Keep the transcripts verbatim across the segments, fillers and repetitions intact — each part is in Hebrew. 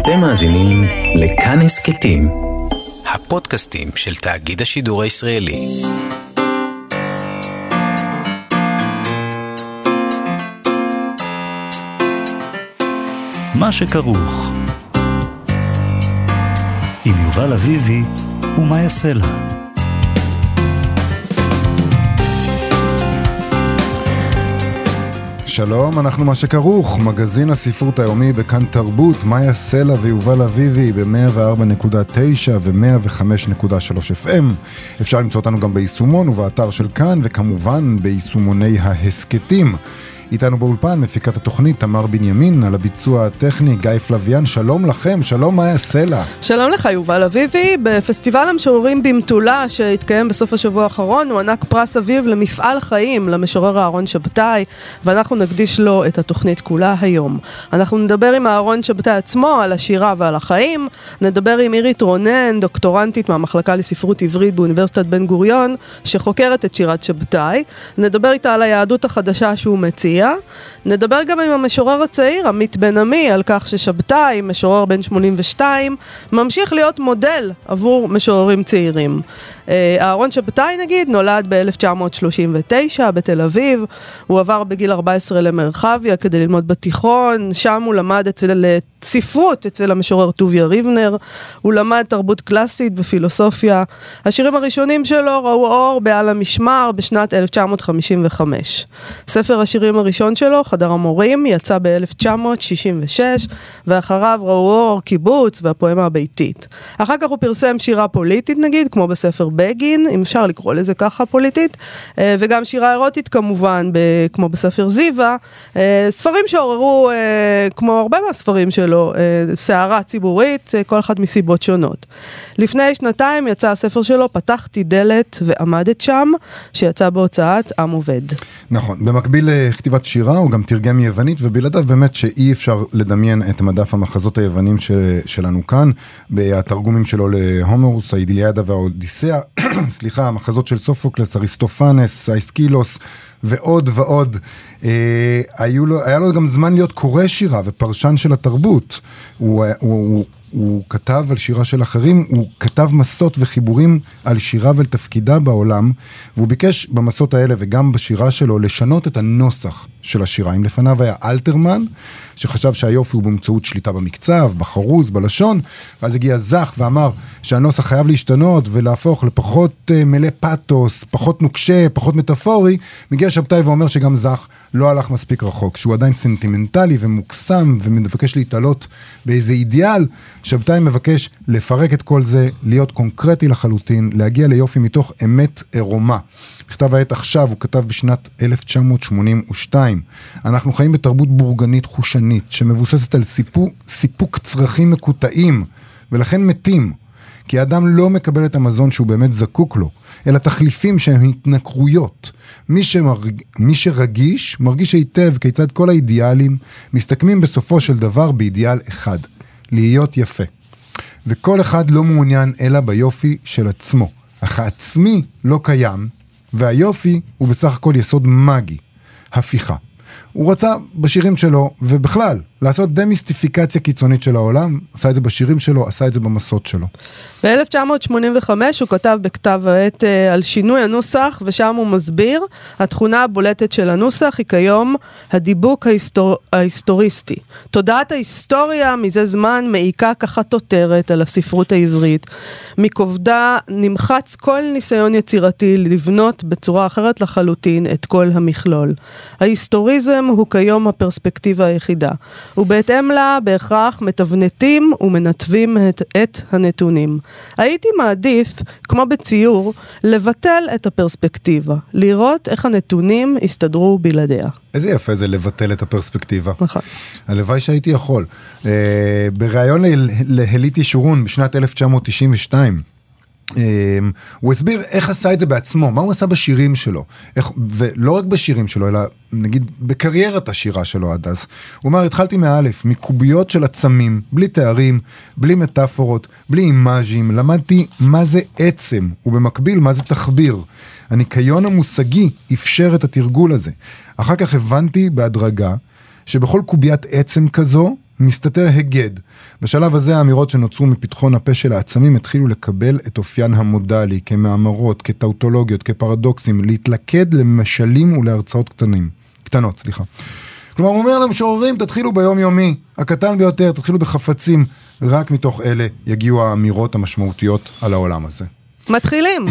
אתם מאזינים לכאן הסכתים, הפודקאסטים של תאגיד השידור הישראלי. מה שכרוך עם יובל אביבי ומה יעשה לה. שלום, אנחנו מה שכרוך, מגזין הספרות היומי בכאן תרבות, מאיה סלע ויובל אביבי ב-מאה וארבע נקודה תשע ו-מאה וחמש נקודה שלוש אף אם. אפשר למצוא אותנו גם ביישומון ובאתר של כאן, וכמובן ביישומוני ההסכתים. איתנו באולפן מפיקת התוכנית תמר בנימין, על הביצוע הטכני גיא פלוויאן. שלום לכם, שלום מאיה סלע. שלום לך יובל אביבי. בפסטיבל המשוררים במטולה שהתקיים בסוף השבוע האחרון הוא ענק פרס אביב למפעל חיים למשורר אהרון שבתאי, ואנחנו נקדיש לו את התוכנית כולה היום. אנחנו נדבר עם אהרון שבתאי עצמו על השירה ועל החיים, נדבר עם אירית רונן, דוקטורנטית מהמחלקה לספרות עברית באוניברסיטת בן גוריון שחוקרת את שירת שבתאי, נדבר איתה על היהדות החדשה שהוא מציע, נדבר גם עם המשורר הצעיר עמית בן עמי על כך ששבתאי, משורר בן שמונים ושתיים, ממשיך להיות מודל עבור משוררים צעירים. אהרון שבתאי נגיד נולד ב-אלף תשע מאות שלושים ותשע בתל אביב, הוא עבר בגיל ארבע עשרה למרחביה כדי ללמוד בתיכון, שם הוא למד אצל ספרות אצל המשורר טוביה ריבנר, הוא למד תרבות קלאסית ופילוסופיה. השירים הראשונים שלו ראו אור בעל המשמר בשנת אלף תשע מאות חמישים וחמש. ספר השירים הראשון שלו, חדר המורים, יצא ב-אלף תשע מאות שישים ושש, ואחריו ראו אור קיבוץ והפואמה הביתית. אחר כך הוא פרסם שירה פוליטית נגיד, כמו בספר בגין, אם אפשר לקרוא לזה ככה פוליטית, וגם שירה אירוטית כמובן, ב- כמו בספר זיווה, ספרים שעוררו, כמו הרבה מהספרים שלו, סערה ציבורית, כל אחד מסיבות שונות. לפני שנתיים יצא הספר שלו, פתחתי דלת ועמדת שם, שיצא בהוצאת עם עובד. נכון, במקביל לכתיבת שירה, הוא גם תרגם מיוונית, ובלעדיו באמת שאי אפשר לדמיין את מדף המחזות היוונים ש- שלנו כאן, בתרגומים שלו להומרוס, האיליאדה והאודיסאה, סליחה, המחזות של סופוקלס, אריסטופנס, האסקילוס, ועוד ועוד. אה, היו לו, היה לו גם זמן להיות קורא שירה ופרשן של התרבות. הוא, הוא, הוא, הוא כתב על שירה של אחרים, הוא כתב מסות וחיבורים על שירה ועל תפקידה בעולם, והוא ביקש במסות האלה וגם בשירה שלו לשנות את הנוסח של השירה. אם לפניו היה אלתרמן, שחשב שהיופי הוא באמצעות שליטה במקצב, בחרוז, בלשון, ואז הגיע זך ואמר שהנוסח חייב להשתנות ולהפוך לפחות uh, מלא פאטוס, פחות נוקשה, פחות מטאפורי. מגיע שבתאי ואומר שגם זך לא הלך מספיק רחוק, שהוא עדיין סנטימנטלי ומוקסם ומבקש להתעלות באיזה אידיאל. שבתאי מבקש לפרק את כל זה, להיות קונקרטי לחלוטין, להגיע ליופי מתוך אמת עירומה. בכתב העת עכשיו הוא כתב בשנת אלף תשע מאות שמונים ושתיים. אנחנו חיים בתרבות בורגנית חושנית, שמבוססת על סיפוק, סיפוק צרכים מקוטעים, ולכן מתים, כי האדם לא מקבל את המזון שהוא באמת זקוק לו, אלא תחליפים שהם התנכרויות. מי, שמרג... מי שרגיש, מרגיש היטב כיצד כל האידיאלים מסתכמים בסופו של דבר באידיאל אחד, להיות יפה. וכל אחד לא מעוניין אלא ביופי של עצמו. אך העצמי לא קיים, והיופי הוא בסך הכל יסוד מגי, הפיכה. הוא רצה בשירים שלו, ובכלל, לעשות דמיסטיפיקציה קיצונית של העולם, עשה את זה בשירים שלו, עשה את זה במסות שלו. ב-אלף תשע מאות שמונים וחמש הוא כתב בכתב העת על שינוי הנוסח, ושם הוא מסביר, התכונה הבולטת של הנוסח היא כיום הדיבוק ההיסטור... ההיסטוריסטי. תודעת ההיסטוריה מזה זמן מעיקה ככה תותרת על הספרות העברית. מכובדה נמחץ כל ניסיון יצירתי לבנות בצורה אחרת לחלוטין את כל המכלול. ההיסטוריזם הוא כיום הפרספקטיבה היחידה. ובהתאם לה בהכרח מתבנתים ומנתבים את, את הנתונים. הייתי מעדיף, כמו בציור, לבטל את הפרספקטיבה, לראות איך הנתונים הסתדרו בלעדיה. איזה יפה זה לבטל את הפרספקטיבה. נכון. הלוואי שהייתי יכול. Uh, בריאיון להליט ישורון בשנת אלף תשע מאות תשעים ושתיים, Um, הוא הסביר איך עשה את זה בעצמו, מה הוא עשה בשירים שלו, איך, ולא רק בשירים שלו, אלא נגיד בקריירת השירה שלו עד אז. הוא אומר, התחלתי מאלף, מקוביות של עצמים, בלי תארים, בלי מטאפורות, בלי אימאז'ים, למדתי מה זה עצם, ובמקביל מה זה תחביר. הניקיון המושגי אפשר את התרגול הזה. אחר כך הבנתי בהדרגה, שבכל קוביית עצם כזו, מסתתר הגד. בשלב הזה האמירות שנוצרו מפתחון הפה של העצמים התחילו לקבל את אופיין המודלי, כמאמרות, כטאוטולוגיות, כפרדוקסים, להתלכד למשלים ולהרצאות קטנים, קטנות, סליחה. כלומר, הוא אומר למשוררים, תתחילו ביום יומי, הקטן ביותר, תתחילו בחפצים, רק מתוך אלה יגיעו האמירות המשמעותיות על העולם הזה. מתחילים.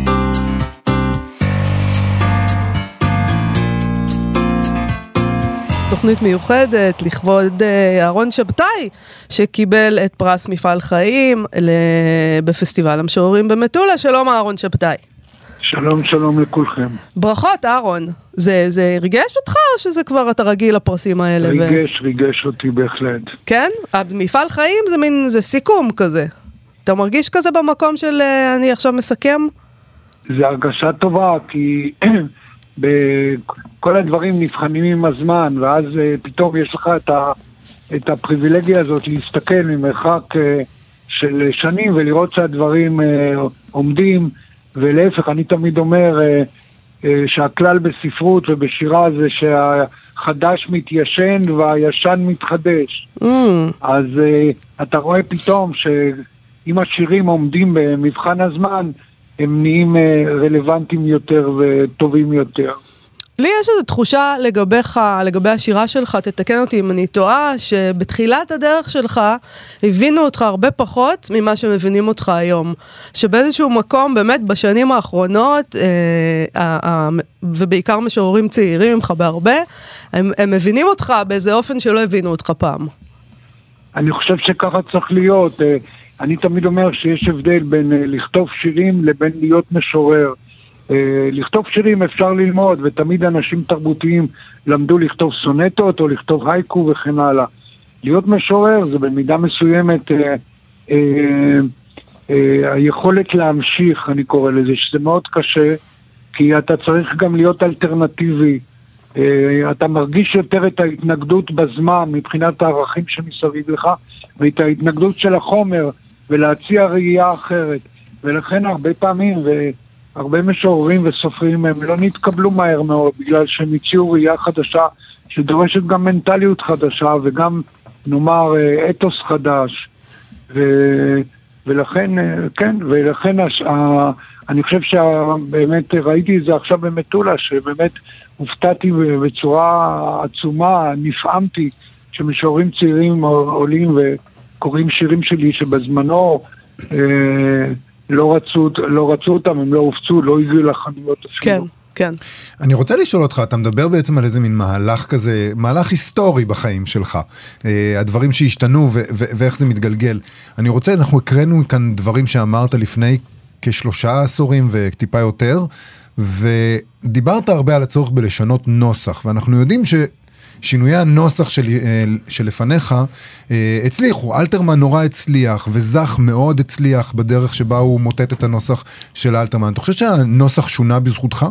תוכנית מיוחדת לכבוד אהרון שבתאי, שקיבל את פרס מפעל חיים בפסטיבל המשוררים במטולה. שלום אהרון שבתאי. שלום, שלום לכולכם. ברכות אהרון. זה, זה ריגש אותך או שזה כבר אתה רגיל לפרסים האלה? ריגש, ו... ריגש אותי בהחלט. כן? מפעל חיים זה מין, זה סיכום כזה. אתה מרגיש כזה במקום של אני עכשיו מסכם? זה הרגשה טובה, כי בכל הדברים נבחנים עם הזמן, ואז פתאום יש לך את, ה... את הפריבילגיה הזאת להסתכל ממרחק של שנים ולראות שהדברים עומדים, ולהפך, אני תמיד אומר אה, אה, שהכלל בספרות ובשירה זה שהחדש מתיישן והישן מתחדש. Mm. אז אה, אתה רואה פתאום שאם השירים עומדים במבחן הזמן, הם נהיים אה, רלוונטיים יותר וטובים יותר. לי יש איזו תחושה לגביך, לגבי השירה שלך, תתקן אותי אם אני טועה, שבתחילת הדרך שלך הבינו אותך הרבה פחות ממה שמבינים אותך היום. שבאיזשהו מקום, באמת בשנים האחרונות, אה, אה, ובעיקר משוררים צעירים ממך בהרבה, הם, הם מבינים אותך באיזה אופן שלא הבינו אותך פעם. אני חושב שככה צריך להיות. אני תמיד אומר שיש הבדל בין לכתוב שירים לבין להיות משורר. לכתוב שירים אפשר ללמוד, ותמיד אנשים תרבותיים למדו לכתוב סונטות או לכתוב הייקו וכן הלאה. להיות משורר זה במידה מסוימת אה, אה, אה, היכולת להמשיך, אני קורא לזה, שזה מאוד קשה, כי אתה צריך גם להיות אלטרנטיבי. אה, אתה מרגיש יותר את ההתנגדות בזמן מבחינת הערכים שמסביב לך, ואת ההתנגדות של החומר, ולהציע ראייה אחרת. ולכן הרבה פעמים, ו... הרבה משוררים וסופרים הם לא נתקבלו מהר מאוד, בגלל שהם הציעו ראייה חדשה, שדורשת גם מנטליות חדשה, וגם נאמר אתוס חדש. ו... ולכן, כן, ולכן הש... אני חושב שבאמת ראיתי את זה עכשיו במטולה, שבאמת הופתעתי בצורה עצומה, נפעמתי, שמשוררים צעירים עולים וקוראים שירים שלי שבזמנו לא רצו, לא רצו אותם, הם לא הופצו, לא הגיעו לחנויות אפילו. כן, כן. אני רוצה לשאול אותך, אתה מדבר בעצם על איזה מין מהלך כזה, מהלך היסטורי בחיים שלך, הדברים שהשתנו ואיך זה מתגלגל. אני רוצה, אנחנו הקראנו כאן דברים שאמרת לפני כשלושה עשורים וטיפה יותר, ודיברת הרבה על הצורך בלשנות נוסח, ואנחנו יודעים ש... שינויי הנוסח של, שלפניך הצליחו. אלתרמן נורא הצליח, וזך מאוד הצליח בדרך שבה הוא מוטט את הנוסח של אלתרמן. אתה חושב שהנוסח שונה בזכותך?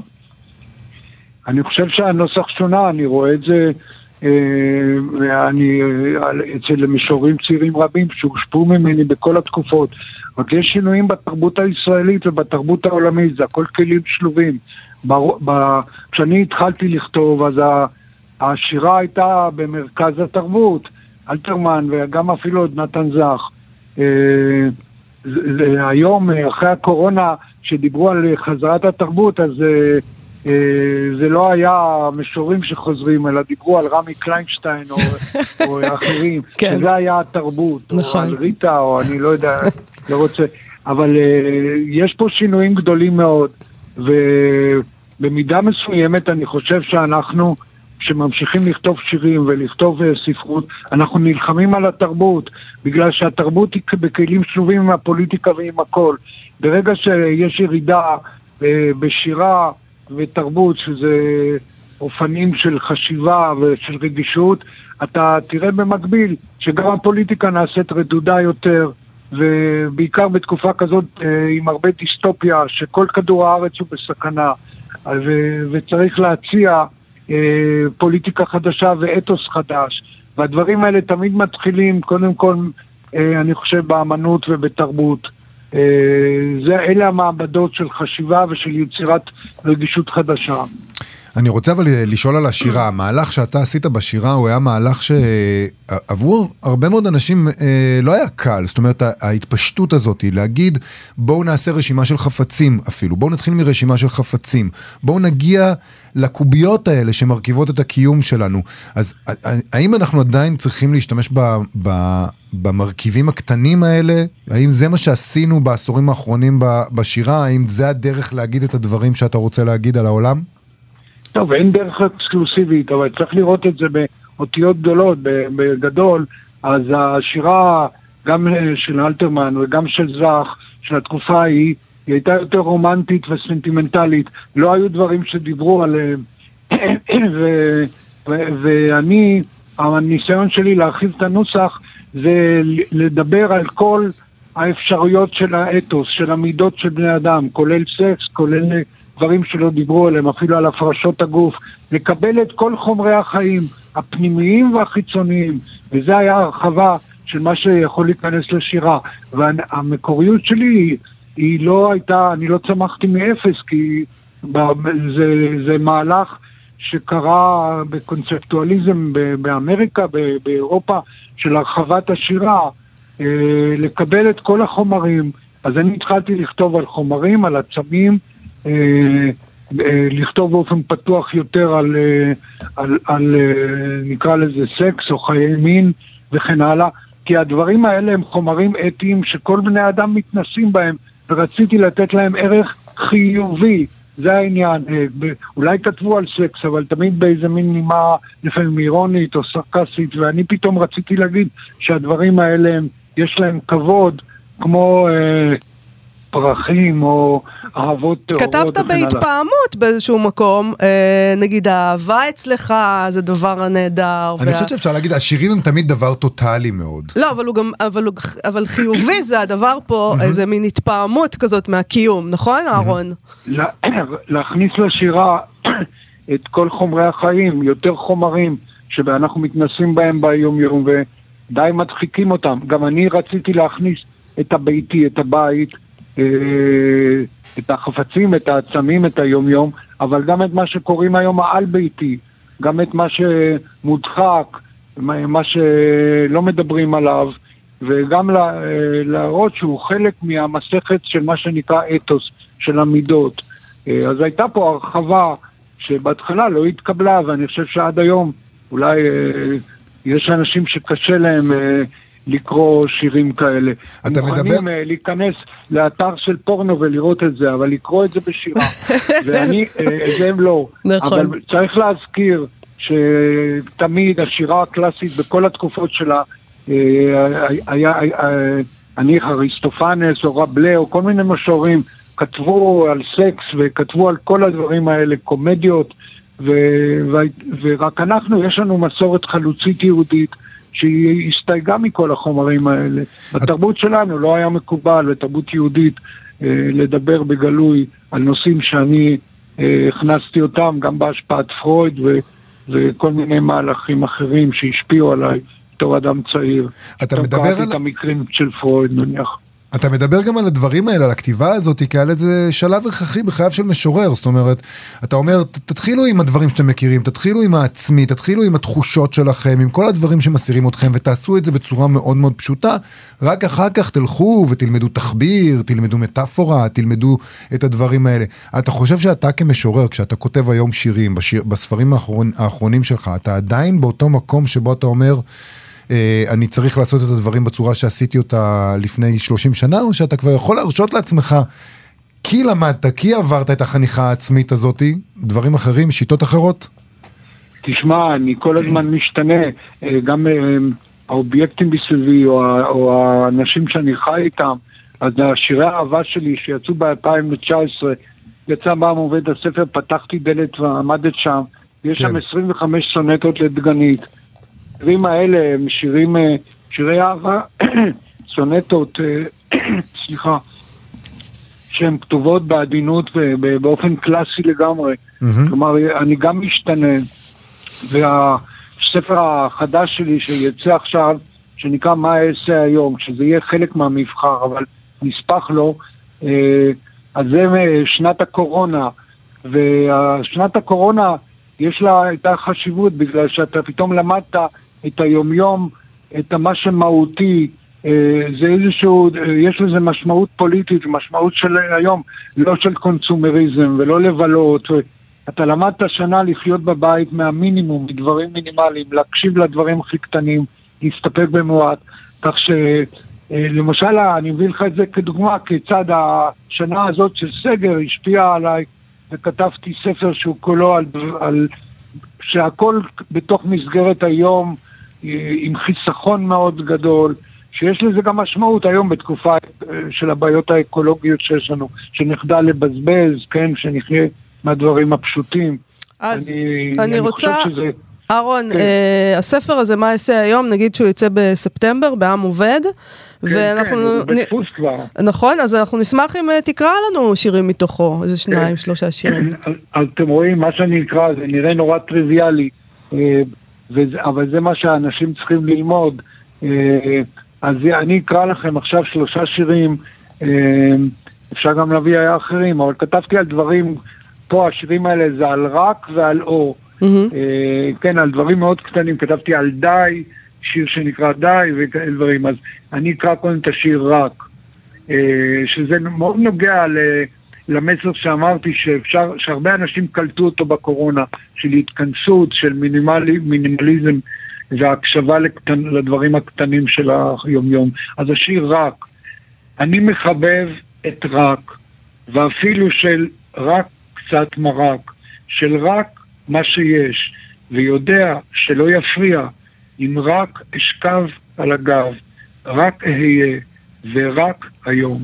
אני חושב שהנוסח שונה, אני רואה את זה ואני, אצל משוררים צעירים רבים שהושפעו ממני בכל התקופות. רק יש שינויים בתרבות הישראלית ובתרבות העולמית, זה הכל כלים שלובים. כשאני התחלתי לכתוב, אז ה... השירה הייתה במרכז התרבות, אלתרמן וגם אפילו עוד נתן זך. היום, אחרי הקורונה, שדיברו על חזרת התרבות, אז זה לא היה משוררים שחוזרים, אלא דיברו על רמי קליינשטיין או, או אחרים. כן. זה היה התרבות, נכון. או על ריטה, או אני לא יודע, לא רוצה. אבל יש פה שינויים גדולים מאוד, ובמידה מסוימת אני חושב שאנחנו... שממשיכים לכתוב שירים ולכתוב ספרות, אנחנו נלחמים על התרבות, בגלל שהתרבות היא בכלים שלובים עם הפוליטיקה ועם הכל. ברגע שיש ירידה בשירה ותרבות, שזה אופנים של חשיבה ושל רגישות, אתה תראה במקביל שגם הפוליטיקה נעשית רדודה יותר, ובעיקר בתקופה כזאת עם הרבה דיסטופיה, שכל כדור הארץ הוא בסכנה, וצריך להציע פוליטיקה חדשה ואתוס חדש, והדברים האלה תמיד מתחילים קודם כל, אני חושב, באמנות ובתרבות. זה, אלה המעבדות של חשיבה ושל יצירת רגישות חדשה. אני רוצה אבל לשאול על השירה, המהלך שאתה עשית בשירה הוא היה מהלך שעבור הרבה מאוד אנשים לא היה קל, זאת אומרת ההתפשטות הזאת היא להגיד בואו נעשה רשימה של חפצים אפילו, בואו נתחיל מרשימה של חפצים, בואו נגיע לקוביות האלה שמרכיבות את הקיום שלנו, אז האם אנחנו עדיין צריכים להשתמש ב, ב, במרכיבים הקטנים האלה? האם זה מה שעשינו בעשורים האחרונים בשירה? האם זה הדרך להגיד את הדברים שאתה רוצה להגיד על העולם? טוב, אין דרך אקסקלוסיבית, אבל צריך לראות את זה באותיות גדולות, בגדול, אז השירה גם של אלתרמן וגם של זך, של התקופה ההיא, היא הייתה יותר רומנטית וסנטימנטלית, לא היו דברים שדיברו עליהם, ו- ו- ואני, הניסיון שלי להרחיב את הנוסח, זה לדבר על כל האפשרויות של האתוס, של המידות של בני אדם, כולל סקס, כולל דברים שלא דיברו עליהם, אפילו על הפרשות הגוף, לקבל את כל חומרי החיים, הפנימיים והחיצוניים, וזה היה הרחבה של מה שיכול להיכנס לשירה, והמקוריות שלי היא, היא לא הייתה, אני לא צמחתי מאפס, כי זה, זה מהלך שקרה בקונספטואליזם באמריקה, באירופה, של הרחבת השירה, לקבל את כל החומרים. אז אני התחלתי לכתוב על חומרים, על עצמים, לכתוב באופן פתוח יותר על, על, על נקרא לזה סקס או חיי מין וכן הלאה, כי הדברים האלה הם חומרים אתיים שכל בני אדם מתנסים בהם, ורציתי לתת להם ערך חיובי, זה העניין. אולי כתבו על סקס, אבל תמיד באיזה מין נימה לפעמים אירונית או סרקסית, ואני פתאום רציתי להגיד שהדברים האלה יש להם כבוד, כמו אה, פרחים או אהבות תאורות. כתבת בהתפעמות באיזשהו מקום, אה, נגיד האהבה אצלך זה דבר נהדר. אני וה... חושבת שאפשר להגיד, השירים הם תמיד דבר טוטלי מאוד. לא, אבל, הוא גם, אבל, הוא, אבל חיובי זה הדבר פה, איזה מין התפעמות כזאת מהקיום, נכון אהרון? לה, להכניס לשירה את כל חומרי החיים, יותר חומרים שאנחנו מתנסים בהם ביום יום ודי מדחיקים אותם. גם אני רציתי להכניס את הביתי, את הבית, את החפצים, את העצמים, את היום-יום, אבל גם את מה שקוראים היום העל ביתי, גם את מה שמודחק, מה שלא מדברים עליו, וגם להראות שהוא חלק מהמסכת של מה שנקרא אתוס, של המידות. אז הייתה פה הרחבה שבהתחלה לא התקבלה, ואני חושב שעד היום אולי יש אנשים שקשה להם לקרוא שירים כאלה. אתה מוכנים מדבר... להיכנס לאתר של פורנו ולראות את זה, אבל לקרוא את זה בשירה. ואני, זה הם לא. נכון. אבל צריך להזכיר שתמיד השירה הקלאסית בכל התקופות שלה, היה, אני אריסטופנס או רבלה או כל מיני משוררים, כתבו על סקס וכתבו על כל הדברים האלה, קומדיות, ו, ו, ורק אנחנו, יש לנו מסורת חלוצית יהודית, שהיא הסתייגה מכל החומרים האלה. בתרבות שלנו לא היה מקובל, בתרבות יהודית, לדבר בגלוי על נושאים שאני הכנסתי אותם, גם בהשפעת פרויד ו, וכל מיני מהלכים אחרים שהשפיעו עליי בתור אדם צעיר. אתה מדבר על... קראתי את המקרים של פרויד, נניח. אתה מדבר גם על הדברים האלה, על הכתיבה הזאת, כעל איזה שלב הכרחי בחייו של משורר, זאת אומרת, אתה אומר, תתחילו עם הדברים שאתם מכירים, תתחילו עם העצמי, תתחילו עם התחושות שלכם, עם כל הדברים שמסירים אתכם, ותעשו את זה בצורה מאוד מאוד פשוטה, רק אחר כך תלכו ותלמדו תחביר, תלמדו מטאפורה, תלמדו את הדברים האלה. אתה חושב שאתה כמשורר, כשאתה כותב היום שירים, בשיר, בספרים האחרון, האחרונים שלך, אתה עדיין באותו מקום שבו אתה אומר, אני צריך לעשות את הדברים בצורה שעשיתי אותה לפני שלושים שנה, או שאתה כבר יכול להרשות לעצמך, כי למדת, כי עברת את החניכה העצמית הזאת, דברים אחרים, שיטות אחרות? תשמע, אני כל הזמן משתנה, גם האובייקטים בסביבי, או, או האנשים שאני חי איתם, אז השירי האהבה שלי שיצאו ב-אלפיים תשע עשרה, יצא בהם עובד הספר, פתחתי דלת ועמדת שם, יש שם עשרים וחמש סונטות לדגנית, השירים האלה הם שירים, שירי אהבה, סונטות, סליחה, שהן כתובות בעדינות ובאופן קלאסי לגמרי. כלומר, אני גם משתנה, והספר החדש שלי שיצא עכשיו, שנקרא מה אעשה היום, שזה יהיה חלק מהמבחר, אבל נספח לו, אז זה שנת הקורונה, ושנת הקורונה יש לה את החשיבות, בגלל שאתה פתאום למדת את היומיום, את מה שמהותי, זה איזשהו, יש לזה משמעות פוליטית, משמעות של היום, לא של קונסומריזם ולא לבלות. אתה למדת שנה לחיות בבית מהמינימום, מדברים מינימליים, להקשיב לדברים הכי קטנים, להסתפק במועט, כך שלמשל, אני מביא לך את זה כדוגמה, כיצד השנה הזאת של סגר השפיעה עליי, וכתבתי ספר שהוא כולו על, על שהכל בתוך מסגרת היום, עם חיסכון מאוד גדול, שיש לזה גם משמעות היום בתקופה של הבעיות האקולוגיות שיש לנו, שנחדל לבזבז, כן, שנחיה מהדברים הפשוטים. אז אני, אני, אני רוצה, שזה... אהרון, כן. אה, הספר הזה, מה אעשה היום, נגיד שהוא יצא בספטמבר, בעם עובד, כן, ואנחנו... כן, הוא בדפוס כבר. נכון, אז אנחנו נשמח אם תקרא לנו שירים מתוכו, איזה שניים, שלושה שירים. אז אתם רואים, מה שאני אקרא, זה נראה נורא טריוויאלי, וזה, אבל זה מה שהאנשים צריכים ללמוד. אז אני אקרא לכם עכשיו שלושה שירים, אפשר גם להביא היה אחרים, אבל כתבתי על דברים, פה השירים האלה זה על רק ועל אור. Mm-hmm. כן, על דברים מאוד קטנים, כתבתי על די, שיר שנקרא די וכאלה דברים, אז אני אקרא קודם את השיר רק, שזה מאוד נוגע למסר שאמרתי, שאפשר, שהרבה אנשים קלטו אותו בקורונה, של התכנסות, של מינימלי, מינימליזם, והקשבה לקטן, לדברים הקטנים של היום-יום. אז השיר רק, אני מחבב את רק, ואפילו של רק קצת מרק, של רק מה שיש, ויודע שלא יפריע, אם רק אשכב על הגב, רק אהיה, ורק היום.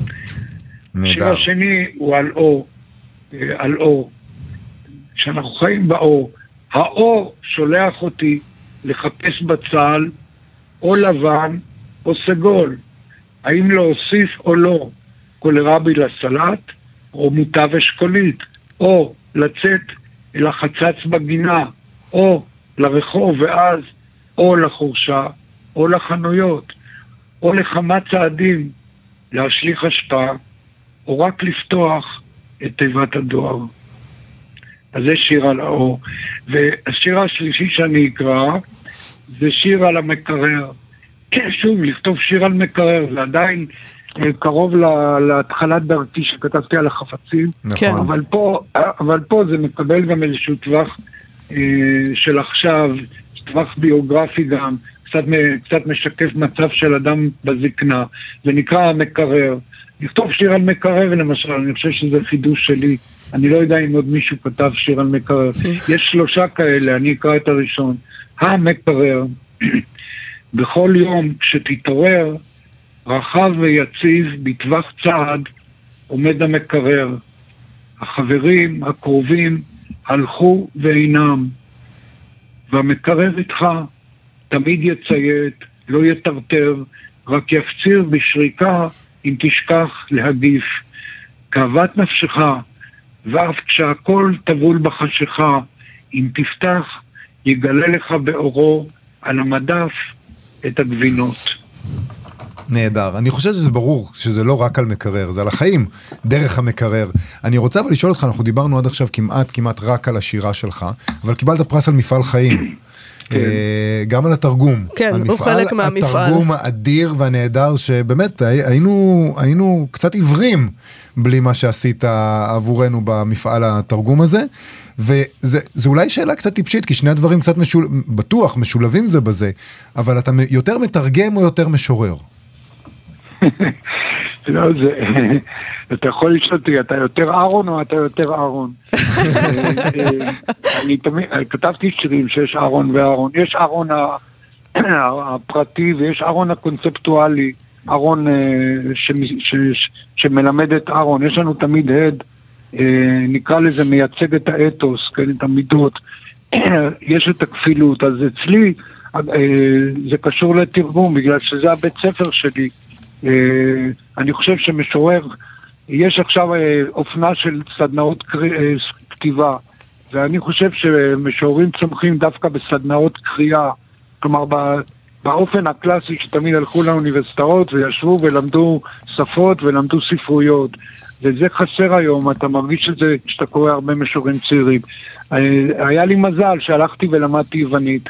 השיר השני הוא על אור, על אור. כשאנחנו חיים באור, האור שולח אותי לחפש בצל, או לבן, או סגול. האם להוסיף או לא, קולרבי לסלט, או מוטב אשכולית, או לצאת אל החצץ בגינה, או לרחוב ואז, או לחורשה, או לחנויות, או לכמה צעדים, להשליך השפעה, או רק לפתוח את תיבת הדואר. אז זה שיר על האור. והשיר השלישי שאני אקרא, זה שיר על המקרר. שוב, לכתוב שיר על מקרר, זה עדיין קרוב להתחלת דרכי שכתבתי על החפצים. נכון. אבל פה, אבל פה זה מקבל גם איזשהו טווח של עכשיו, טווח ביוגרפי גם, קצת, קצת משקף מצב של אדם בזקנה. זה נקרא המקרר. לכתוב שיר על מקרר למשל, אני חושב שזה חידוש שלי. אני לא יודע אם עוד מישהו כתב שיר על מקרר. יש שלושה כאלה, אני אקרא את הראשון. המקרר, בכל יום כשתתעורר, רחב ויציב בטווח צעד, עומד המקרר. החברים, הקרובים, הלכו ואינם. והמקרר איתך תמיד יציית, לא יטרטר, רק יפציר בשריקה אם תשכח להגיף. כאוות נפשך, ואף כשהכל טבול בחשיכה, אם תפתח, יגלה לך באורו על המדף את הגבינות. נהדר. אני חושב שזה ברור שזה לא רק על מקרר, זה על החיים, דרך המקרר. אני רוצה אבל לשאול אותך, אנחנו דיברנו עד עכשיו כמעט, כמעט רק על השירה שלך, אבל קיבלת פרס על מפעל חיים. גם על התרגום. כן, הוא חלק מהמפעל. התרגום האדיר והנהדר, שבאמת היינו, היינו קצת עיוורים בלי מה שעשית עבורנו במפעל התרגום הזה, וזה זה אולי שאלה קצת טיפשית, כי שני הדברים קצת משול, בטוח משולבים זה בזה, אבל אתה יותר מתרגם או יותר משורר? לא, זה, אתה יכול לשאול אותי, אתה יותר אהרון או אתה יותר אהרון? אני תמיד, כתבתי שירים שיש אהרון ואהרון, יש אהרון הפרטי ויש אהרון הקונספטואלי, אהרון שמלמד את אהרון, יש לנו תמיד הד, נקרא לזה מייצג את האתוס, את המידות, יש את הכפילות, אז אצלי זה קשור לתרגום, בגלל שזה הבית ספר שלי. אני חושב שמשורר, יש עכשיו אופנה של סדנאות כתיבה, ואני חושב שמשוררים צומחים דווקא בסדנאות קריאה, כלומר באופן הקלאסי שתמיד הלכו לאוניברסיטאות וישבו ולמדו שפות ולמדו ספרויות. וזה חסר היום, אתה מרגיש את זה כשאתה קורא הרבה משוררים צעירים. היה לי מזל שהלכתי ולמדתי יוונית,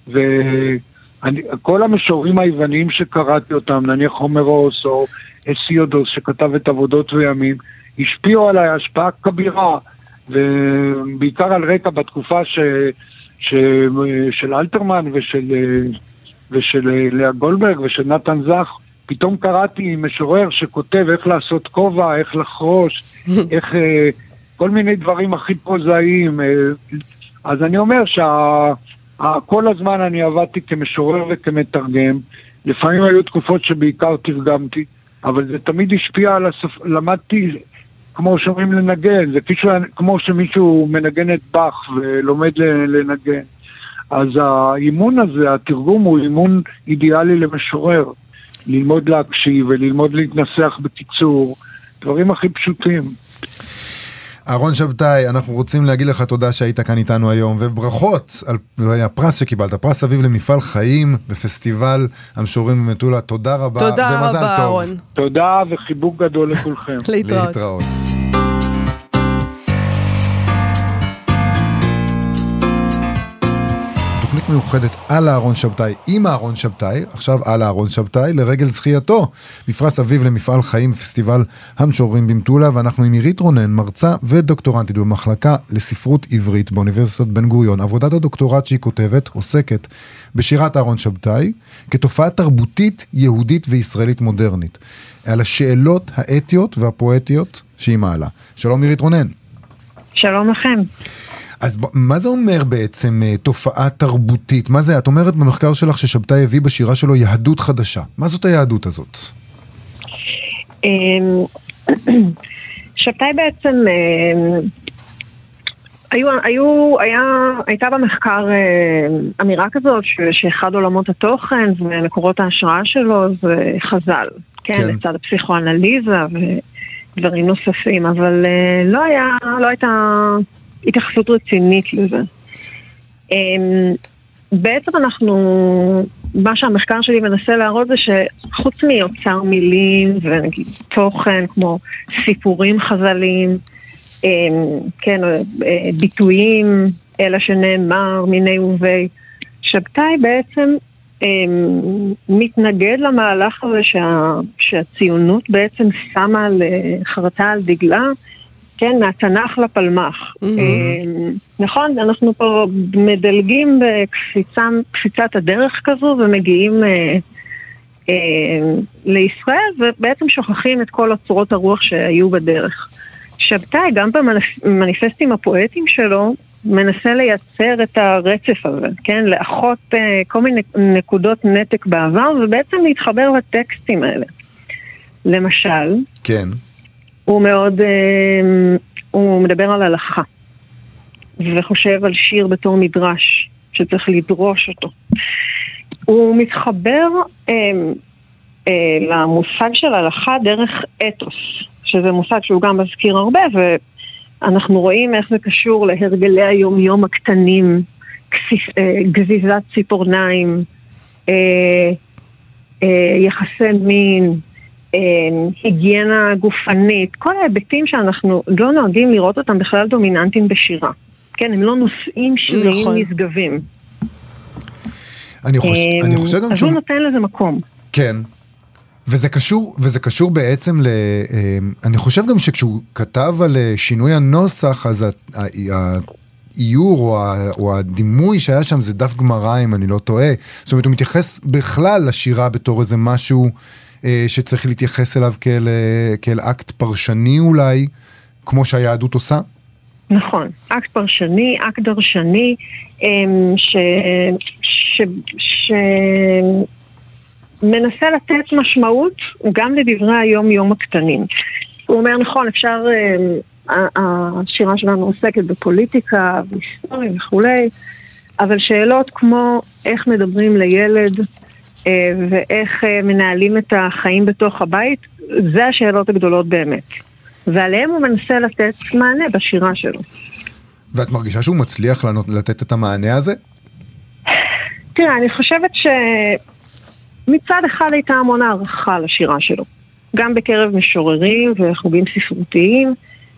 וכל המשוררים היווניים שקראתי אותם, נניח הומרוס או הסיודוס שכתב את עבודות וימים, השפיעו עליי השפעה כבירה, ובעיקר על רקע בתקופה ש, ש, של אלתרמן ושל, ושל לאה גולדברג ושל נתן זך, פתאום קראתי משורר שכותב איך לעשות כובע, איך לחרוש, איך כל מיני דברים הכי פרוזאיים. אז אני אומר שכל הזמן אני עבדתי כמשורר וכמתרגם, לפעמים היו תקופות שבעיקר תרגמתי, אבל זה תמיד השפיע על הספר, למדתי כמו שאומרים לנגן, זה כמו שמישהו מנגן את באך ולומד לנגן. אז האימון הזה, התרגום הוא אימון אידיאלי למשורר, ללמוד להקשיב וללמוד להתנסח בקיצור, דברים הכי פשוטים. אהרון שבתאי, אנחנו רוצים להגיד לך תודה שהיית כאן איתנו היום, וברכות על הפרס שקיבלת, פרס אביב למפעל חיים בפסטיבל המשוררים במטולה. תודה רבה תודה ומזל רבה, טוב. אהרון. תודה וחיבוק גדול לכולכם. להתראות. להתראות. תוכנית מיוחדת על אהרון שבתאי, עם אהרון שבתאי, עכשיו על אהרון שבתאי, לרגל זכייתו בפרס אביב למפעל חיים בפסטיבל המשוררים במטולה, ואנחנו עם עירית רונן, מרצה ודוקטורנטית במחלקה לספרות עברית באוניברסיטת בן גוריון. עבודת הדוקטורט שהיא כותבת עוסקת בשירת אהרון שבתאי, כתופעה תרבותית, יהודית וישראלית מודרנית, על השאלות האתיות והפואטיות שהיא מעלה. שלום עירית רונן. שלום לכם. אז מה זה אומר בעצם תופעה תרבותית? מה זה? את אומרת במחקר שלך ששבתאי הביא בשירה שלו יהדות חדשה. מה זאת היהדות הזאת? שבתאי בעצם היו, היו, היה, הייתה במחקר אמירה כזאת שאחד עולמות התוכן ומקורות ההשראה שלו זה חז"ל, כן, כן. לצד הפסיכואנליזה ודברים נוספים, אבל לא היה, לא הייתה התייחסות רצינית לזה. בעצם אנחנו, מה שהמחקר שלי מנסה להראות זה שחוץ מאוצר מילים ונגיד תוכן כמו סיפורים חז"ליים, כן, ביטויים, אלא שנאמר מיני ובי, שבתאי בעצם מתנגד למהלך הזה שה, שהציונות בעצם שמה לחרטה על דגלה, כן, מהתנ"ך לפלמח. נכון, אנחנו פה מדלגים בקפיצת הדרך כזו ומגיעים לישראל ובעצם שוכחים את כל הצורות הרוח שהיו בדרך. שבתאי גם במניפסטים הפואטיים שלו מנסה לייצר את הרצף הזה, כן, לאחות כל מיני נקודות נתק בעבר ובעצם להתחבר לטקסטים האלה. למשל, כן. הוא מאוד, הוא מדבר על הלכה, וחושב על שיר בתור מדרש, שצריך לדרוש אותו. הוא מתחבר אה, אה, למושג של הלכה דרך אתוס, שזה מושג שהוא גם מזכיר הרבה, ואנחנו רואים איך זה קשור להרגלי היום-יום הקטנים, כסיס, אה, גזיזת ציפורניים, אה, אה, יחסי מין, היגיינה גופנית, כל ההיבטים שאנחנו לא נוהגים לראות אותם בכלל דומיננטיים בשירה. כן, הם לא נושאים שיריים נכון. נשגבים. אני חושב, אני חושב גם אז הוא נותן לזה מקום. כן. וזה קשור, וזה קשור בעצם ל... אני חושב גם שכשהוא כתב על שינוי הנוסח, אז האיור או, או הדימוי שהיה שם זה דף גמרא, אם אני לא טועה. זאת אומרת, הוא מתייחס בכלל לשירה בתור איזה משהו שצריך להתייחס אליו כאל, כאל אקט פרשני אולי, כמו שהיהדות עושה? נכון, אקט פרשני, אקט דרשני, ש... ש... ש... מנסה לתת משמעות גם לדברי היום-יום הקטנים. הוא אומר, נכון, אפשר, השירה שלנו עוסקת בפוליטיקה, בהיסטוריה וכולי, אבל שאלות כמו איך מדברים לילד, ואיך מנהלים את החיים בתוך הבית, זה השאלות הגדולות באמת. ועליהם הוא מנסה לתת מענה בשירה שלו. ואת מרגישה שהוא מצליח לתת את המענה הזה? תראה, אני חושבת ש... מצד אחד הייתה המון הערכה לשירה שלו, גם בקרב משוררים וחוגים ספרותיים.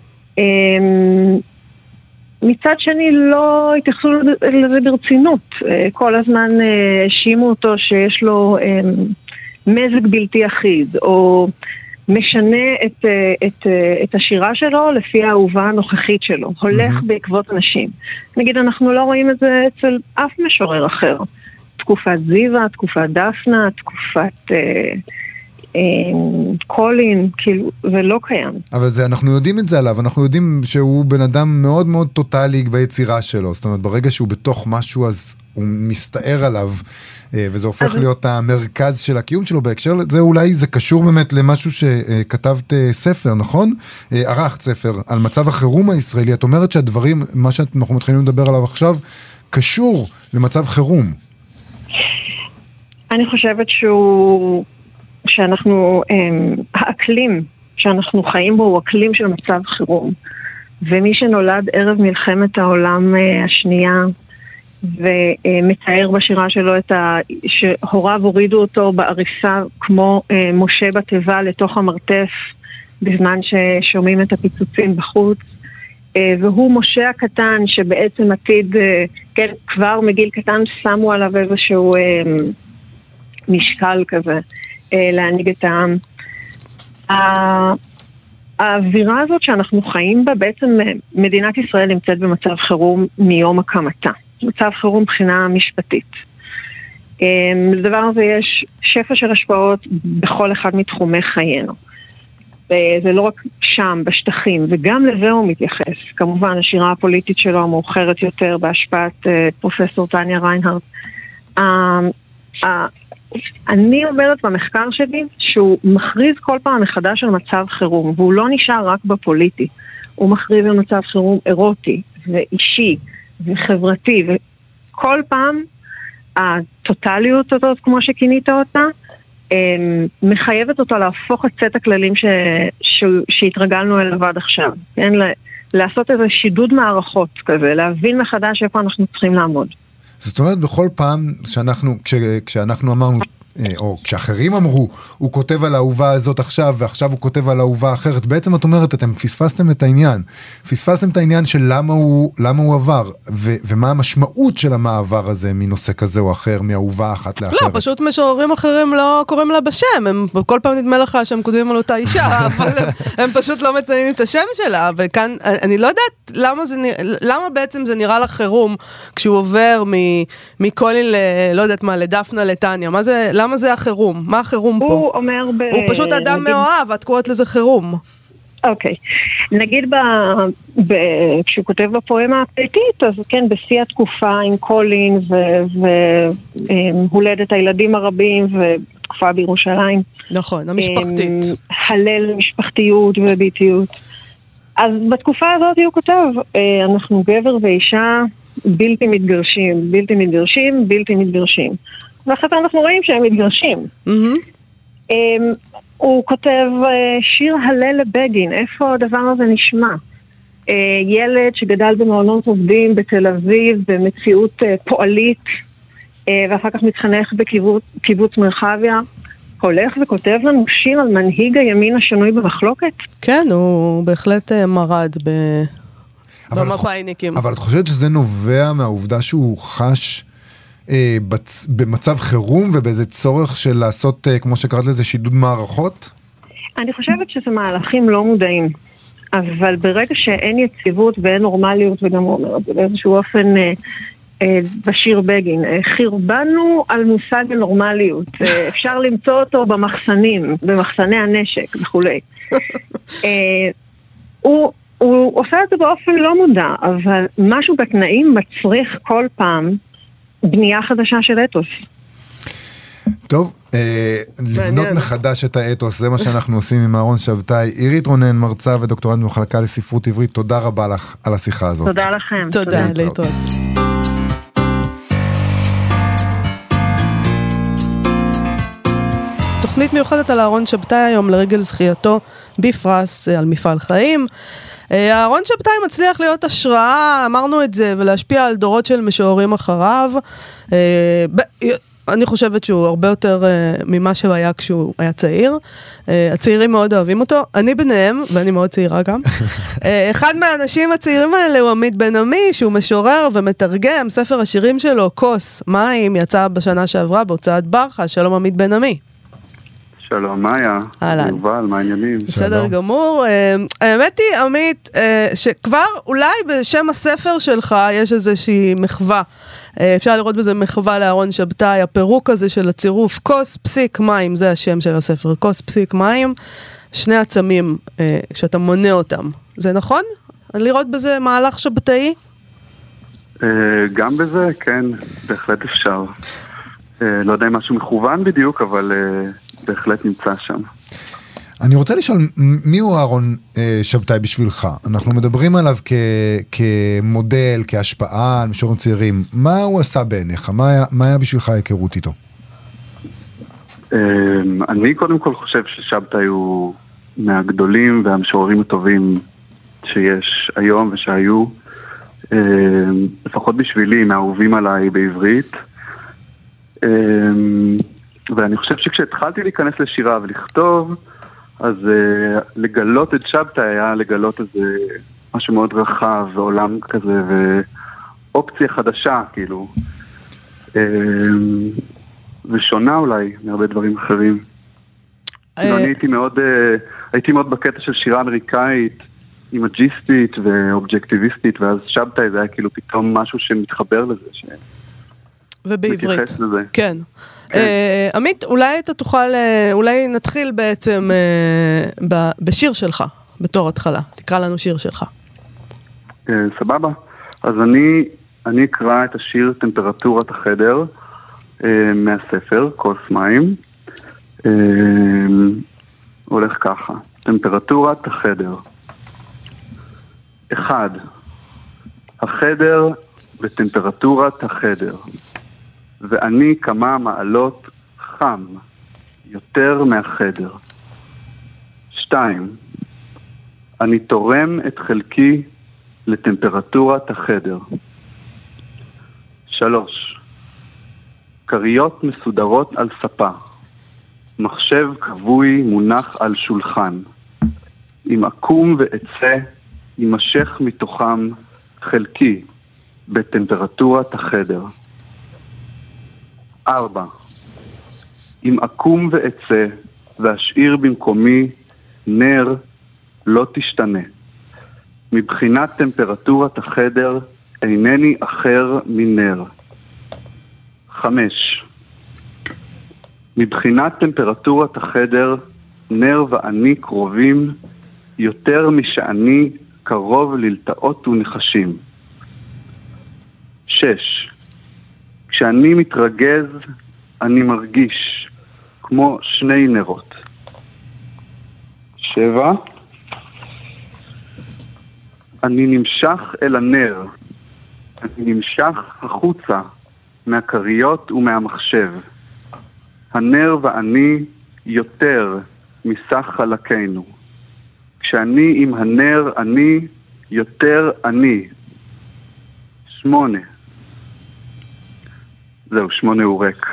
מצד שני לא התייחסו לזה ברצינות, כל הזמן האשימו אותו שיש לו מזג בלתי אחיד, או משנה את, את, את השירה שלו לפי האהובה הנוכחית שלו, הולך mm-hmm. בעקבות אנשים. נגיד, אנחנו לא רואים את זה אצל אף משורר אחר. תקופת זיווה, תקופת דפנה, תקופת אה, אה, קולין, כאילו, זה לא קיים. אבל זה, אנחנו יודעים את זה עליו, אנחנו יודעים שהוא בן אדם מאוד מאוד טוטלי ביצירה שלו, זאת אומרת, ברגע שהוא בתוך משהו, אז הוא מסתער עליו, וזה הופך אז... להיות המרכז של הקיום שלו. בהקשר לזה, אולי זה קשור באמת למשהו שכתבת ספר, נכון? ערכת ספר על מצב החירום הישראלי. את אומרת שהדברים, מה שאנחנו מתחילים לדבר עליו עכשיו, קשור למצב חירום. אני חושבת שהוא, שאנחנו, האקלים שאנחנו חיים בו הוא אקלים של מצב חירום. ומי שנולד ערב מלחמת העולם השנייה, ומתאר בשירה שלו את ה... שהוריו הורידו אותו בעריסה כמו אה, משה בתיבה לתוך המרתף בזמן ששומעים את הפיצוצים בחוץ, אה, והוא משה הקטן שבעצם עתיד, אה, כן, כבר מגיל קטן שמו עליו איזשהו אה, משקל כזה אה, להנהיג את העם. האווירה הזאת שאנחנו חיים בה, בעצם מדינת ישראל נמצאת במצב חירום מיום הקמתה. מצב חירום מבחינה משפטית. לדבר הזה יש שפע של השפעות בכל אחד מתחומי חיינו. זה לא רק שם, בשטחים, וגם לזה הוא מתייחס. כמובן, השירה הפוליטית שלו המאוחרת יותר בהשפעת פרופסור טניה ריינהרט. אני אומרת במחקר שלי שהוא מכריז כל פעם מחדש על מצב חירום, והוא לא נשאר רק בפוליטי. הוא מכריז על מצב חירום אירוטי ואישי, וחברתי, וכל פעם הטוטליות הזאת, כמו שכינית אותה, מחייבת אותו להפוך את סט הכללים ש... ש... שהתרגלנו אליו עד עכשיו. כן? לעשות איזה שידוד מערכות כזה, להבין מחדש איפה אנחנו צריכים לעמוד. זאת אומרת, בכל פעם שאנחנו, כש... כשאנחנו אמרנו, או כשאחרים אמרו, הוא כותב על האהובה הזאת עכשיו, ועכשיו הוא כותב על האהובה אחרת. בעצם את אומרת, אתם פספסתם את העניין. פספסתם את העניין של למה הוא, למה הוא עבר, ו- ומה המשמעות של המעבר הזה מנושא כזה או אחר, מאהובה אחת לאחרת. לא, פשוט משוררים אחרים לא קוראים לה בשם. הם כל פעם נדמה לך שהם כותבים על אותה אישה, אבל הם, הם פשוט לא מציינים את השם שלה. וכאן, אני לא יודעת למה, זה, למה בעצם זה נראה לך חירום, כשהוא עובר מקולין ל, לא יודעת מה, לדפנה, לטניה. מה זה, למה זה החירום? מה החירום פה? הוא אומר ב... הוא פשוט אדם נגיד... מאוהב, את קוראת לזה חירום. אוקיי. נגיד ב... ב... כשהוא כותב בפואמה הפליטית, אז כן, בשיא התקופה עם קולין והולדת הילדים הרבים ותקופה בירושלים. נכון, המשפחתית. הלל משפחתיות וביתיות. אז בתקופה הזאת הוא כותב, אנחנו גבר ואישה בלתי מתגרשים, בלתי מתגרשים, בלתי מתגרשים. ואחרי זה אנחנו רואים שהם מתגרשים. Mm-hmm. הוא כותב שיר הלל לבגין, איפה הדבר הזה נשמע? ילד שגדל במעונות עובדים בתל אביב, במציאות פועלית, ואחר כך מתחנך בקיבוץ מרחביה, הולך וכותב לנו שיר על מנהיג הימין השנוי במחלוקת? כן, הוא בהחלט מרד ב... במפאיניקים. אבל את חושבת שזה נובע מהעובדה שהוא חש... בצ... במצב חירום ובאיזה צורך של לעשות, כמו שקראת לזה, שידוד מערכות? אני חושבת שזה מהלכים לא מודעים, אבל ברגע שאין יציבות ואין נורמליות, וגם הוא אומר את זה באיזשהו אופן אה, אה, בשיר בגין, אה, חרבנו על מושג הנורמליות, אה, אפשר למצוא אותו במחסנים, במחסני הנשק וכולי. אה, הוא, הוא עושה את זה באופן לא מודע, אבל משהו בתנאים מצריך כל פעם בנייה חדשה של אתוס. טוב, אה, לבנות מחדש את האתוס, זה מה שאנחנו עושים עם אהרון שבתאי. עירית רונן, מרצה ודוקטורנט במחלקה לספרות עברית, תודה רבה לך על השיחה הזאת. תודה לכם. תודה, להתראות. תוכנית מיוחדת על אהרון שבתאי היום לרגל זכייתו בפרס על מפעל חיים. אהרון שבתאי מצליח להיות השראה, אמרנו את זה, ולהשפיע על דורות של משוררים אחריו. אני חושבת שהוא הרבה יותר uh, ממה שהוא היה כשהוא היה צעיר. Uh, הצעירים מאוד אוהבים אותו, אני ביניהם, ואני מאוד צעירה גם. uh, אחד מהאנשים הצעירים האלה הוא עמית בן עמי, שהוא משורר ומתרגם, ספר השירים שלו, כוס מים, יצא בשנה שעברה בהוצאת ברכה. שלום עמית בן עמי. שלום, מאיה. אהלן. יובל, מה העניינים? בסדר גמור. האמת היא, עמית, שכבר אולי בשם הספר שלך יש איזושהי מחווה. אפשר לראות בזה מחווה לאהרון שבתאי, הפירוק הזה של הצירוף, כוס פסיק מים, זה השם של הספר, כוס פסיק מים, שני עצמים שאתה מונה אותם. זה נכון? לראות בזה מהלך שבתאי? גם בזה, כן, בהחלט אפשר. לא יודע אם משהו מכוון בדיוק, אבל בהחלט נמצא שם. אני רוצה לשאול, מי הוא אהרון שבתאי בשבילך? אנחנו מדברים עליו כמודל, כהשפעה על משוררים צעירים. מה הוא עשה בעיניך? מה היה בשבילך ההיכרות איתו? אני קודם כל חושב ששבתאי הוא מהגדולים והמשוררים הטובים שיש היום ושהיו, לפחות בשבילי, מהאהובים עליי בעברית. ואני חושב שכשהתחלתי להיכנס לשירה ולכתוב, אז uh, לגלות את שבתאי היה לגלות איזה משהו מאוד רחב ועולם כזה ואופציה חדשה כאילו uh, ושונה אולי מהרבה דברים אחרים. כאילו אני הייתי מאוד, uh, הייתי מאוד בקטע של שירה אמריקאית אימג'יסטית ואובג'קטיביסטית, ואז שבתאי זה היה כאילו פתאום משהו שמתחבר לזה ש... ובעברית. כן. עמית, אולי אתה תוכל, אולי נתחיל בעצם בשיר שלך, בתור התחלה. תקרא לנו שיר שלך. סבבה. אז אני, אני אקרא את השיר טמפרטורת החדר מהספר, כוס מים. הולך ככה. טמפרטורת החדר. אחד. החדר בטמפרטורת החדר. ואני כמה מעלות חם, יותר מהחדר. שתיים, אני תורם את חלקי לטמפרטורת החדר. שלוש, קריות מסודרות על ספה. מחשב קבוי מונח על שולחן. אם אקום ואצא, יימשך מתוכם חלקי בטמפרטורת החדר. ארבע, אם אקום ואצא ואשאיר במקומי נר לא תשתנה. מבחינת טמפרטורת החדר אינני אחר מנר. חמש, מבחינת טמפרטורת החדר נר ואני קרובים יותר משאני קרוב ללטאות ונחשים. שש, כשאני מתרגז, אני מרגיש כמו שני נרות. שבע, אני נמשך אל הנר. אני נמשך החוצה מהקריות ומהמחשב. הנר ואני יותר מסך חלקינו. כשאני עם הנר, אני יותר אני. שמונה. זהו, שמונה הוא ריק.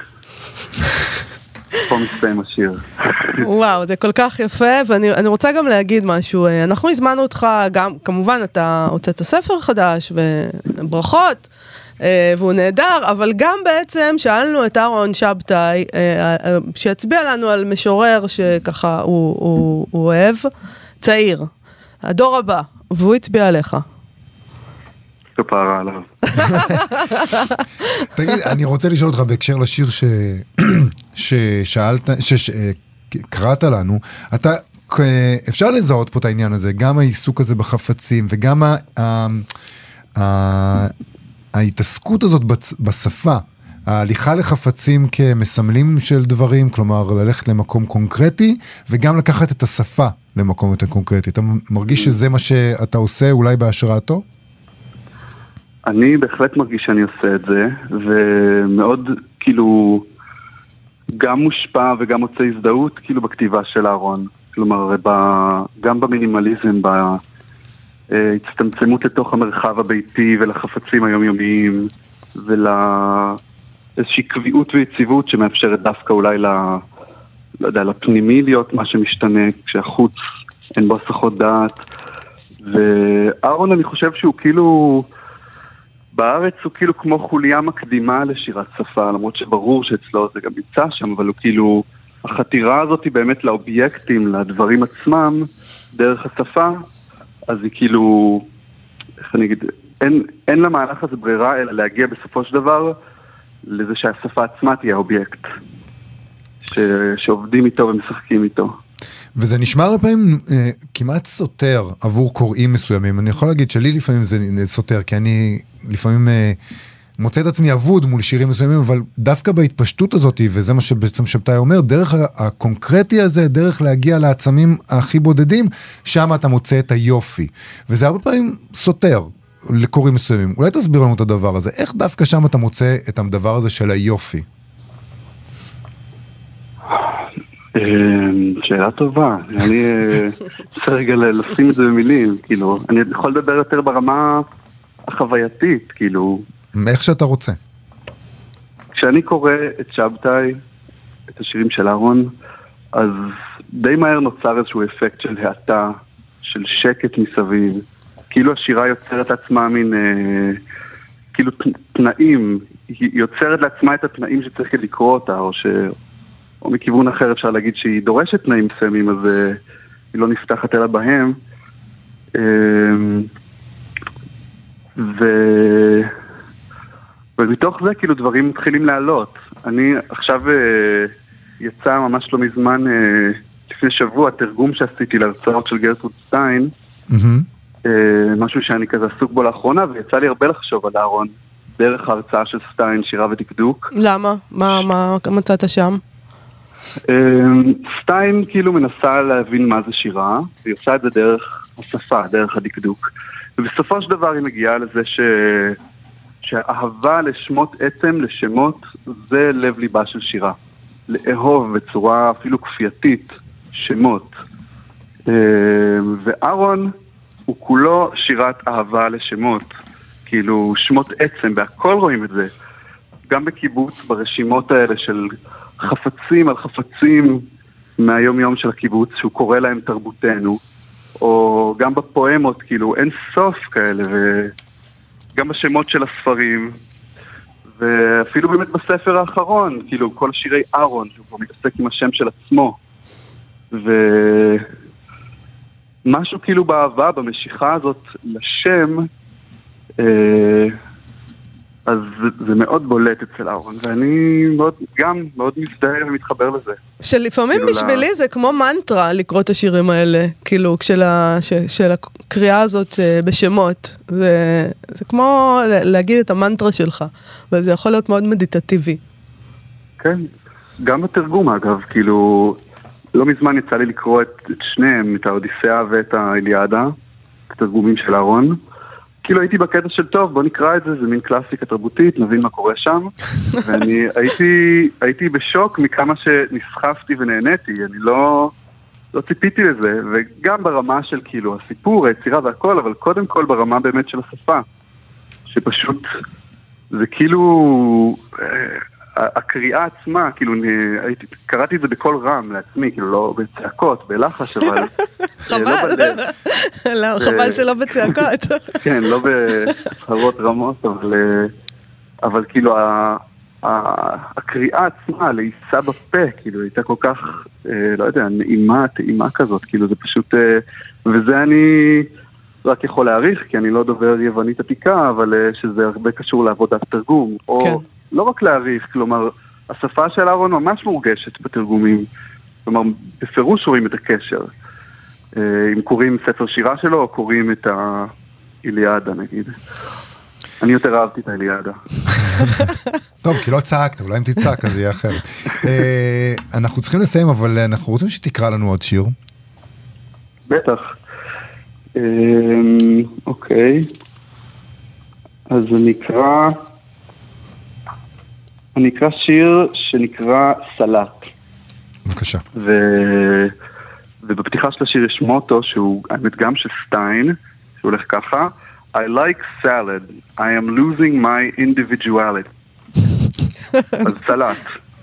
פה מסתיים השיר. וואו, זה כל כך יפה, ואני רוצה גם להגיד משהו. אנחנו הזמנו אותך, גם, כמובן, אתה הוצאת ספר חדש, וברכות, והוא נהדר, אבל גם בעצם שאלנו את אהרון שבתאי, שיצביע לנו על משורר שככה הוא, הוא, הוא אוהב, צעיר, הדור הבא, והוא הצביע עליך. כפרה עליו. תגיד, אני רוצה לשאול אותך בהקשר לשיר ששאלת, שקראת לנו, אתה, אפשר לזהות פה את העניין הזה, גם העיסוק הזה בחפצים, וגם ההתעסקות הזאת בשפה, ההליכה לחפצים כמסמלים של דברים, כלומר ללכת למקום קונקרטי, וגם לקחת את השפה למקום יותר קונקרטי. אתה מרגיש שזה מה שאתה עושה אולי בהשראתו? אני בהחלט מרגיש שאני עושה את זה, ומאוד כאילו גם מושפע וגם מוצא הזדהות כאילו בכתיבה של אהרון. כלומר, ב, גם במינימליזם, בהצטמצמות לתוך המרחב הביתי ולחפצים היומיומיים, ול... איזושהי קביעות ויציבות שמאפשרת דווקא אולי ל, לא יודע, לפנימי להיות מה שמשתנה, כשהחוץ אין בו הסחות דעת. ואהרון אני חושב שהוא כאילו, בארץ הוא כאילו כמו חוליה מקדימה לשירת שפה, למרות שברור שאצלו זה גם נמצא שם, אבל הוא כאילו, החתירה הזאת היא באמת לאובייקטים, לדברים עצמם, דרך השפה, אז היא כאילו, איך אני אגיד, אין, אין למהלך הזה ברירה, אלא להגיע בסופו של דבר, לזה שהשפה עצמה תהיה אובייקט, ש, שעובדים איתו ומשחקים איתו. וזה נשמע הרבה פעמים אה, כמעט סותר עבור קוראים מסוימים. אני יכול להגיד שלי לפעמים זה סותר, כי אני לפעמים אה, מוצא את עצמי עבוד מול שירים מסוימים, אבל דווקא בהתפשטות הזאת, וזה מה שבעצם שבתאי אומר, דרך הקונקרטי הזה, דרך להגיע לעצמים הכי בודדים, שם אתה מוצא את היופי. וזה הרבה פעמים סותר לקוראים מסוימים. אולי תסביר לנו את הדבר הזה. איך דווקא שם אתה מוצא את הדבר הזה של היופי? שאלה טובה. אני צריך רגע לשים את זה במילים, כאילו, אני יכול לדבר יותר ברמה החווייתית, כאילו. איך שאתה רוצה. כשאני קורא את שבתאי, את השירים של אהרון, אז די מהר נוצר איזשהו אפקט של העתה, של שקט מסביב, כאילו השירה יוצרת לעצמה מין, אה, כאילו תנאים, היא יוצרת לעצמה את התנאים שצריך לקרוא אותה, או ש... או מכיוון אחר אפשר להגיד שהיא דורשת תנאים מסוימים, אז היא לא נפתחת אלא בהם. ו... ומתוך זה כאילו דברים מתחילים לעלות. אני עכשיו יצא ממש לא מזמן, לפני שבוע, תרגום שעשיתי להרצאות של גרטרוד סטיין, mm-hmm. משהו שאני כזה עסוק בו לאחרונה, ויצא לי הרבה לחשוב על אהרון, דרך ההרצאה של סטיין, שירה ודקדוק. למה? מה, מה מצאת שם? סטיין כאילו מנסה להבין מה זה שירה, והיא עושה את זה דרך השפה, דרך הדקדוק. ובסופו של דבר היא מגיעה לזה ש... שהאהבה לשמות עצם, לשמות, זה לב ליבה של שירה. לאהוב בצורה אפילו כפייתית שמות. ואהרון הוא כולו שירת אהבה לשמות. כאילו שמות עצם, בהכל רואים את זה. גם בקיבוץ, ברשימות האלה של חפצים על חפצים מהיום יום של הקיבוץ, שהוא קורא להם תרבותנו, או גם בפואמות, כאילו אין סוף כאלה, וגם בשמות של הספרים, ואפילו באמת בספר האחרון, כאילו כל שירי אהרון, שהוא כבר מתעסק עם השם של עצמו, ומשהו כאילו באהבה, במשיכה הזאת לשם, אה, אז זה, זה מאוד בולט אצל אהרון, ואני מאוד, גם מאוד מזדהה ומתחבר לזה. שלפעמים כאילו בשבילי לה... זה כמו מנטרה לקרוא את השירים האלה, כאילו, של, ה, ש, של הקריאה הזאת בשמות. זה, זה כמו להגיד את המנטרה שלך, וזה יכול להיות מאוד מדיטטיבי. כן, גם בתרגום אגב, כאילו, לא מזמן יצא לי לקרוא את, את שניהם, את האודיסאה ואת האיליאדה, את התרגומים של אהרון, כאילו הייתי בקטע של טוב, בוא נקרא את זה, זה מין קלאסיקה תרבותית, נבין מה קורה שם, ואני הייתי, הייתי בשוק מכמה שנסחפתי ונהניתי, אני לא, לא ציפיתי לזה, וגם ברמה של כאילו הסיפור, היצירה והכל, אבל קודם כל ברמה באמת של השפה, שפשוט זה כאילו, הקריאה עצמה, כאילו הייתי, קראתי את זה בכל רם לעצמי, כאילו לא בצעקות, בלחש, אבל... חבל, לא, חבל שלא בצעקות. כן, לא בהצהרות רמות, אבל כאילו הקריאה עצמה, להיסה בפה, כאילו הייתה כל כך, לא יודע, נעימה, טעימה כזאת, כאילו זה פשוט, וזה אני רק יכול להעריך, כי אני לא דובר יוונית עתיקה, אבל שזה הרבה קשור לעבודת תרגום, או לא רק להעריך, כלומר, השפה של אהרון ממש מורגשת בתרגומים, כלומר, בפירוש רואים את הקשר. אם קוראים ספר שירה שלו, או קוראים את האיליאדה, נגיד. אני יותר אהבתי את האיליאדה. טוב, כי לא צעקת, אולי אם תצעק, אז יהיה אחרת. אנחנו צריכים לסיים, אבל אנחנו רוצים שתקרא לנו עוד שיר. בטח. אוקיי. אז אני אקרא... אני אקרא שיר שנקרא סלט. בבקשה. ו... ובפתיחה של השיר יש מוטו שהוא האמת גם של סטיין, שהוא הולך ככה, I like salad, I am losing my individuality. אז סלט.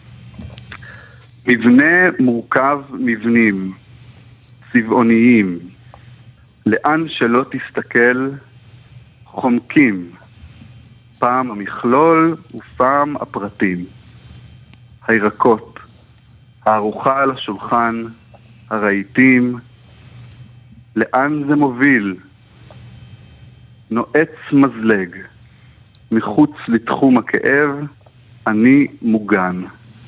מבנה מורכב מבנים, צבעוניים, לאן שלא תסתכל, חומקים, פעם המכלול ופעם הפרטים. הירקות, הארוחה על השולחן, הרהיטים, לאן זה מוביל? נועץ מזלג, מחוץ לתחום הכאב, אני מוגן.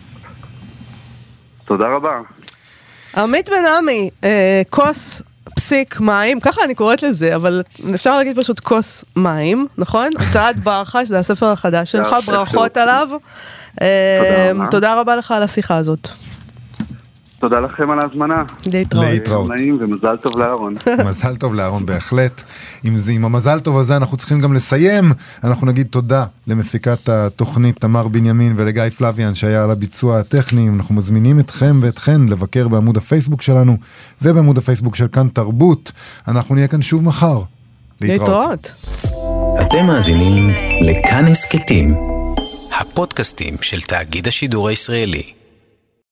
תודה רבה. עמית בן עמי, אה, כוס פסיק מים, ככה אני קוראת לזה, אבל אפשר להגיד פשוט כוס מים, נכון? הוצאת ברכה, שזה הספר החדש שלך, ברכות עליו. אה, תודה רבה לך על השיחה הזאת. תודה לכם על ההזמנה. להתראות. להתראות. נעים ומזל טוב לאהרון. מזל טוב לאהרון, בהחלט. עם זה, עם המזל טוב הזה אנחנו צריכים גם לסיים. אנחנו נגיד תודה למפיקת התוכנית תמר בנימין ולגיא פלוויאן שהיה על הביצוע הטכני. אנחנו מזמינים אתכם ואתכן לבקר בעמוד הפייסבוק שלנו ובעמוד הפייסבוק של כאן תרבות. אנחנו נהיה כאן שוב מחר. להתראות. אתם מאזינים לכאן הסכתים, הפודקאסטים של תאגיד השידור הישראלי.